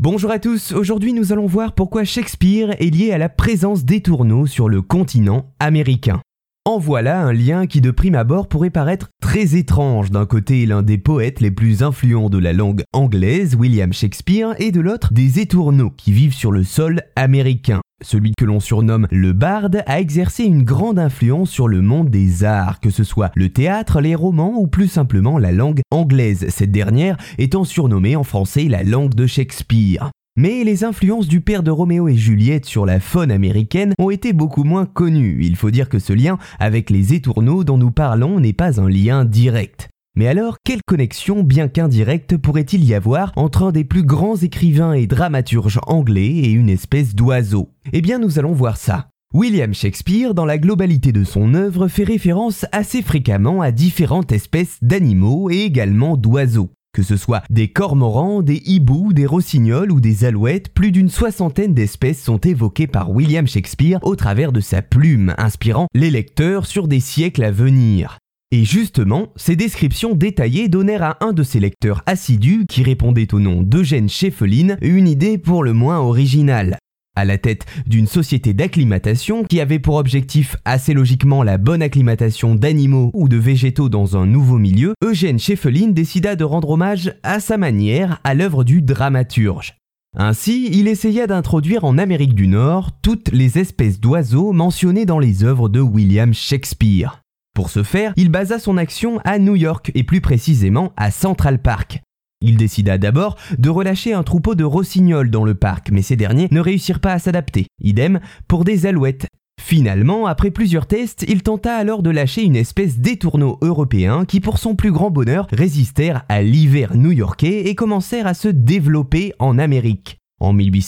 Bonjour à tous, aujourd'hui nous allons voir pourquoi Shakespeare est lié à la présence des tourneaux sur le continent américain. En voilà un lien qui de prime abord pourrait paraître très étrange. D'un côté, l'un des poètes les plus influents de la langue anglaise, William Shakespeare, et de l'autre, des étourneaux qui vivent sur le sol américain. Celui que l'on surnomme le barde a exercé une grande influence sur le monde des arts, que ce soit le théâtre, les romans ou plus simplement la langue anglaise, cette dernière étant surnommée en français la langue de Shakespeare. Mais les influences du père de Roméo et Juliette sur la faune américaine ont été beaucoup moins connues. Il faut dire que ce lien avec les étourneaux dont nous parlons n'est pas un lien direct. Mais alors, quelle connexion, bien qu'indirecte, pourrait-il y avoir entre un des plus grands écrivains et dramaturges anglais et une espèce d'oiseau ? Eh bien, nous allons voir ça. William Shakespeare, dans la globalité de son œuvre, fait référence assez fréquemment à différentes espèces d'animaux et également d'oiseaux. Que ce soit des cormorans, des hiboux, des rossignols ou des alouettes, plus d'une soixantaine d'espèces sont évoquées par William Shakespeare au travers de sa plume, inspirant les lecteurs sur des siècles à venir. Et justement, ces descriptions détaillées donnèrent à un de ses lecteurs assidus, qui répondait au nom d'Eugène Schaeffelin, une idée pour le moins originale. À la tête d'une société d'acclimatation qui avait pour objectif assez logiquement la bonne acclimatation d'animaux ou de végétaux dans un nouveau milieu, Eugène Schaeffelin décida de rendre hommage à sa manière à l'œuvre du dramaturge. Ainsi, il essaya d'introduire en Amérique du Nord toutes les espèces d'oiseaux mentionnées dans les œuvres de William Shakespeare. Pour ce faire, il basa son action à New York et plus précisément à Central Park. Il décida d'abord de relâcher un troupeau de rossignols dans le parc, mais ces derniers ne réussirent pas à s'adapter. Idem pour des alouettes. Finalement, après plusieurs tests, il tenta alors de lâcher une espèce d'étourneaux européens qui, pour son plus grand bonheur, résistèrent à l'hiver new-yorkais et commencèrent à se développer en Amérique. En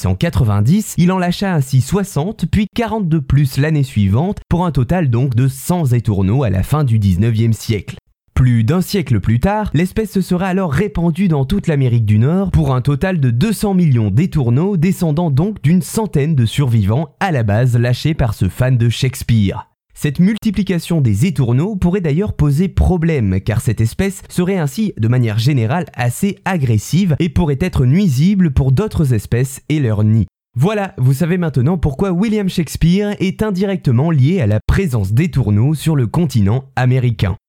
1890, il en lâcha ainsi 60, puis 40 de plus l'année suivante, pour un total donc de 100 étourneaux à la fin du 19e siècle. Plus d'un siècle plus tard, l'espèce se sera alors répandue dans toute l'Amérique du Nord pour un total de 200 millions d'étourneaux, descendant donc d'une centaine de survivants à la base lâchés par ce fan de Shakespeare. Cette multiplication des étourneaux pourrait d'ailleurs poser problème, car cette espèce serait ainsi, de manière générale, assez agressive et pourrait être nuisible pour d'autres espèces et leurs nids. Voilà, vous savez maintenant pourquoi William Shakespeare est indirectement lié à la présence d'étourneaux sur le continent américain.